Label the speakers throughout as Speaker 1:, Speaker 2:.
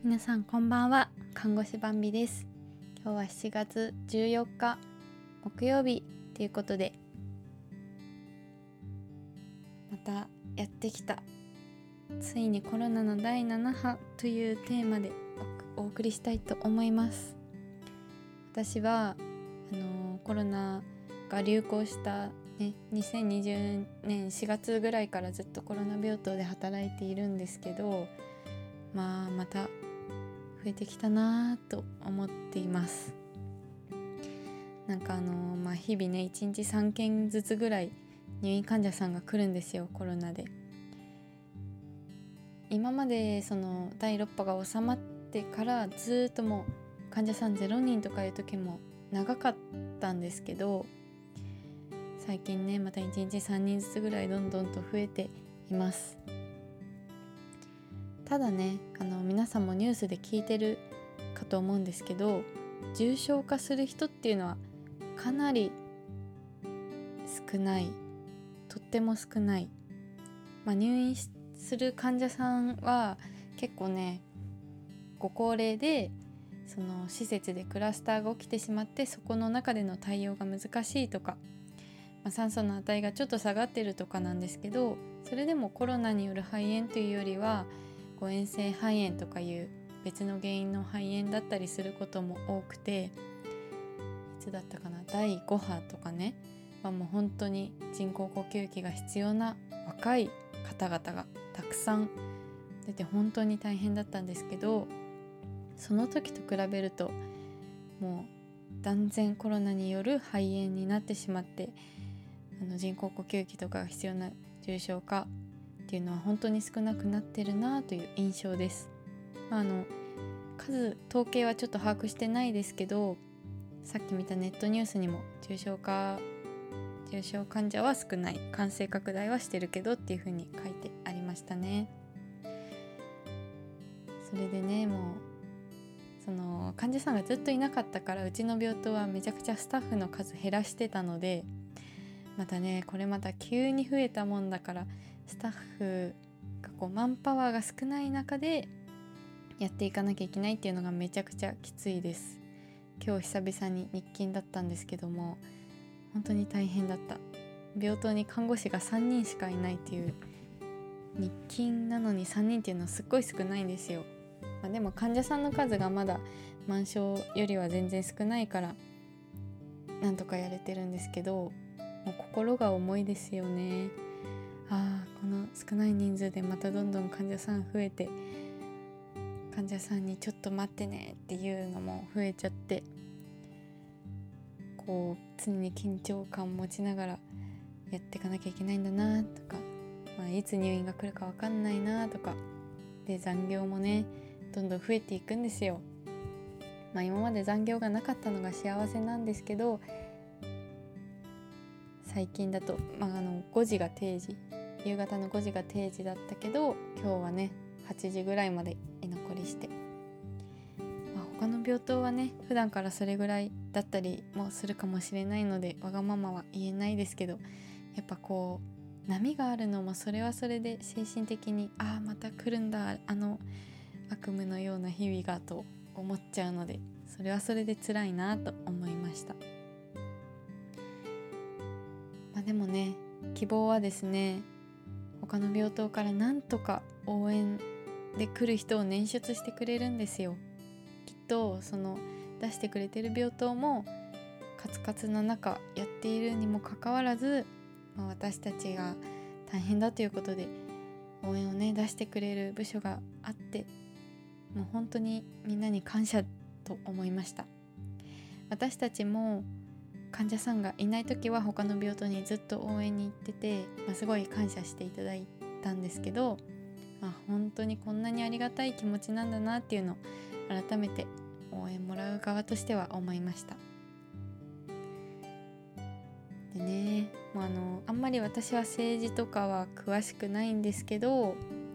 Speaker 1: 皆さんこんばんは。看護師バンビです。今日は7月14日木曜日ということで、またやってきたついにコロナの第7波というテーマでお送りしたいと思います。私はコロナが流行した、2020年4月ぐらいからずっとコロナ病棟で働いているんですけど、また増えてきたなと思っています。なんか日々ね、1日3件ずつぐらい入院患者さんが来るんですよ、コロナで。今までその第6波が収まってからずっともう患者さん0人とかいう時も長かったんですけど、最近ねまた1日3人ずつぐらいどんどんと増えています。ただね、皆さんもニュースで聞いてるかと思うんですけど、重症化する人っていうのはかなり少ない、とっても少ない。入院する患者さんは結構ね、ご高齢でその施設でクラスターが起きてしまって、そこの中での対応が難しいとか、酸素の値がちょっと下がってるとかなんですけど、それでもコロナによる肺炎というよりは誤嚥性肺炎とかいう別の原因の肺炎だったりすることも多くて、いつだったかな、第5波とかね、もう本当に人工呼吸器が必要な若い方々がたくさん出て本当に大変だったんですけど、その時と比べるともう断然コロナによる肺炎になってしまって、人工呼吸器とかが必要な重症化っていうのは本当に少なくなってるなという印象です。統計はちょっと把握してないですけど、さっき見たネットニュースにも重症患者は少ない、感染拡大はしてるけどっていう風に書いてありましたね。それでね、もうその患者さんがずっといなかったから、うちの病棟はめちゃくちゃスタッフの数減らしてたので、これまた急に増えたもんだから、スタッフがマンパワーが少ない中でやっていかなきゃいけないっていうのがめちゃくちゃきついです。今日久々に日勤だったんですけども、本当に大変だった。病棟に看護師が3人しかいないっていう、日勤なのに3人っていうのはすっごい少ないんですよ。でも患者さんの数がまだ満床よりは全然少ないからなんとかやれてるんですけど、もう心が重いですよね。この少ない人数でまたどんどん患者さん増えて、患者さんにちょっと待ってねっていうのも増えちゃって、常に緊張感を持ちながらやっていかなきゃいけないんだなとか、いつ入院が来るか分かんないなとかで、残業もねどんどん増えていくんですよ。今まで残業がなかったのが幸せなんですけど、最近だと、5時が定時、夕方の5時が定時だったけど、今日はね8時ぐらいまで居残りして、他の病棟はね普段からそれぐらいだったりもするかもしれないので、わがままは言えないですけど、やっぱ波があるのもそれはそれで精神的にまた来るんだ、悪夢のような日々がと思っちゃうので、それはそれで辛いなと思いました。でもね、希望はですね、他の病棟からなんとか応援で来る人を捻出してくれるんですよ。きっとその出してくれてる病棟もカツカツな中やっているにもかかわらず、私たちが大変だということで応援をね出してくれる部署があって、もう本当にみんなに感謝と思いました。私たちも患者さんがいない時は他の病棟にずっと応援に行ってて、すごい感謝していただいたんですけど、本当にこんなにありがたい気持ちなんだなっていうのを改めて応援もらう側としては思いました。でね、あんまり私は政治とかは詳しくないんですけど、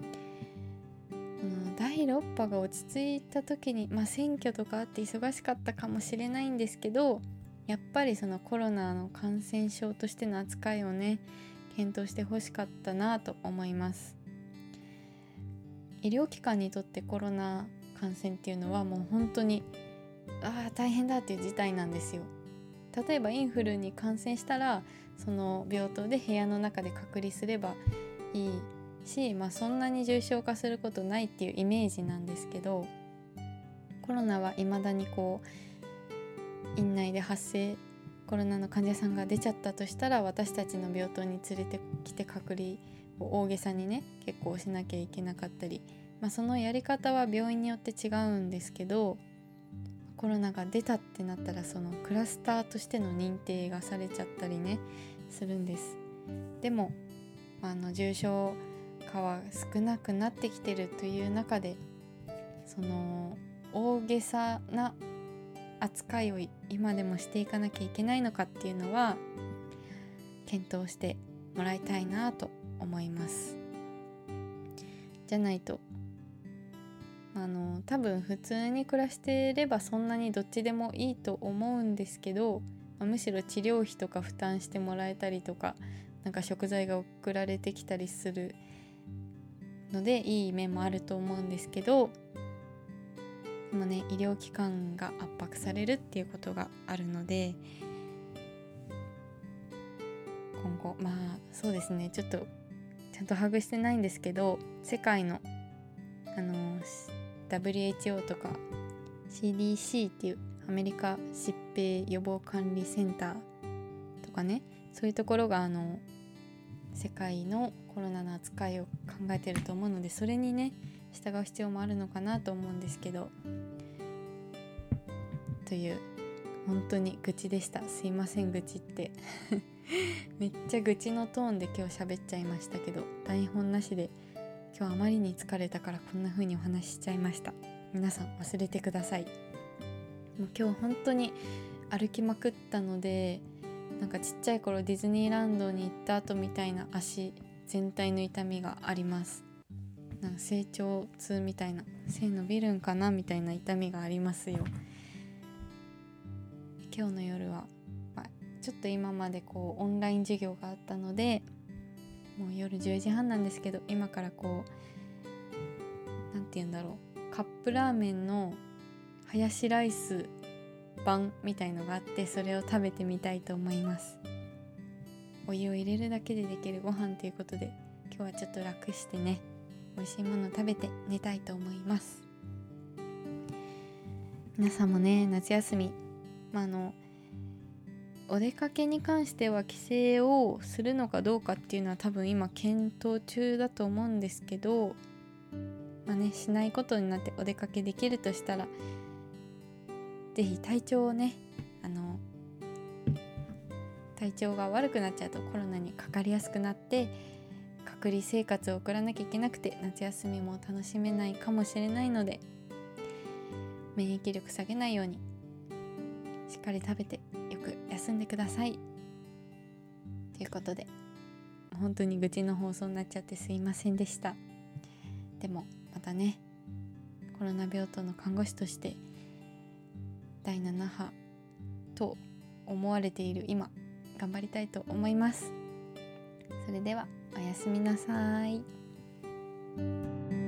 Speaker 1: 第6波が落ち着いた時に、選挙とかあって忙しかったかもしれないんですけど、やっぱりそのコロナの感染症としての扱いをね検討してほしかったなと思います。医療機関にとってコロナ感染っていうのはもう本当に大変だっていう事態なんですよ。例えばインフルに感染したらその病棟で部屋の中で隔離すればいいし、そんなに重症化することないっていうイメージなんですけど、コロナは未だに院内で発生コロナの患者さんが出ちゃったとしたら、私たちの病棟に連れてきて隔離を大げさにね結構しなきゃいけなかったり、そのやり方は病院によって違うんですけど、コロナが出たってなったらそのクラスターとしての認定がされちゃったりねするんです。でも、重症化は少なくなってきてるという中で、その大げさな扱いを今でもしていかなきゃいけないのかっていうのは検討してもらいたいなと思います。じゃないと多分普通に暮らしていればそんなにどっちでもいいと思うんですけど、むしろ治療費とか負担してもらえたりとか、食材が送られてきたりするのでいい面もあると思うんですけど、でもね、医療機関が圧迫されるっていうことがあるので、今後そうですね、ちょっとちゃんと把握してないんですけど、世界のWHO とか CDC っていうアメリカ疾病予防管理センターとかね、そういうところが世界のコロナの扱いを考えてると思うので、それにね従う必要もあるのかなと思うんですけど、という本当に愚痴でした。すいません、愚痴ってめっちゃ愚痴のトーンで今日喋っちゃいましたけど、台本なしで今日あまりに疲れたからこんな風にお話ししちゃいました。皆さん忘れてください。もう今日本当に歩きまくったので、ちっちゃい頃ディズニーランドに行った後みたいな足全体の痛みがあります。成長痛みたいな、背伸びるんかなみたいな痛みがありますよ。今日の夜は、ちょっと今までオンライン授業があったので、もう夜10時半なんですけど、今からなんて言うんだろう、カップラーメンのハヤシライス版みたいのがあって、それを食べてみたいと思います。お湯を入れるだけでできるご飯ということで、今日はちょっと楽してね、美味しいものを食べて寝たいと思います。皆さんもね、夏休み、お出かけに関しては帰省をするのかどうかっていうのは多分今検討中だと思うんですけど、しないことになってお出かけできるとしたら、ぜひ体調をね、体調が悪くなっちゃうとコロナにかかりやすくなって隔離生活を送らなきゃいけなくて、夏休みも楽しめないかもしれないので、免疫力下げないようにしっかり食べてよく休んでくださいということで、本当に愚痴の放送になっちゃってすいませんでした。でもまたね、コロナ病棟の看護師として第7波と思われている今、頑張りたいと思います。それではおやすみなさい。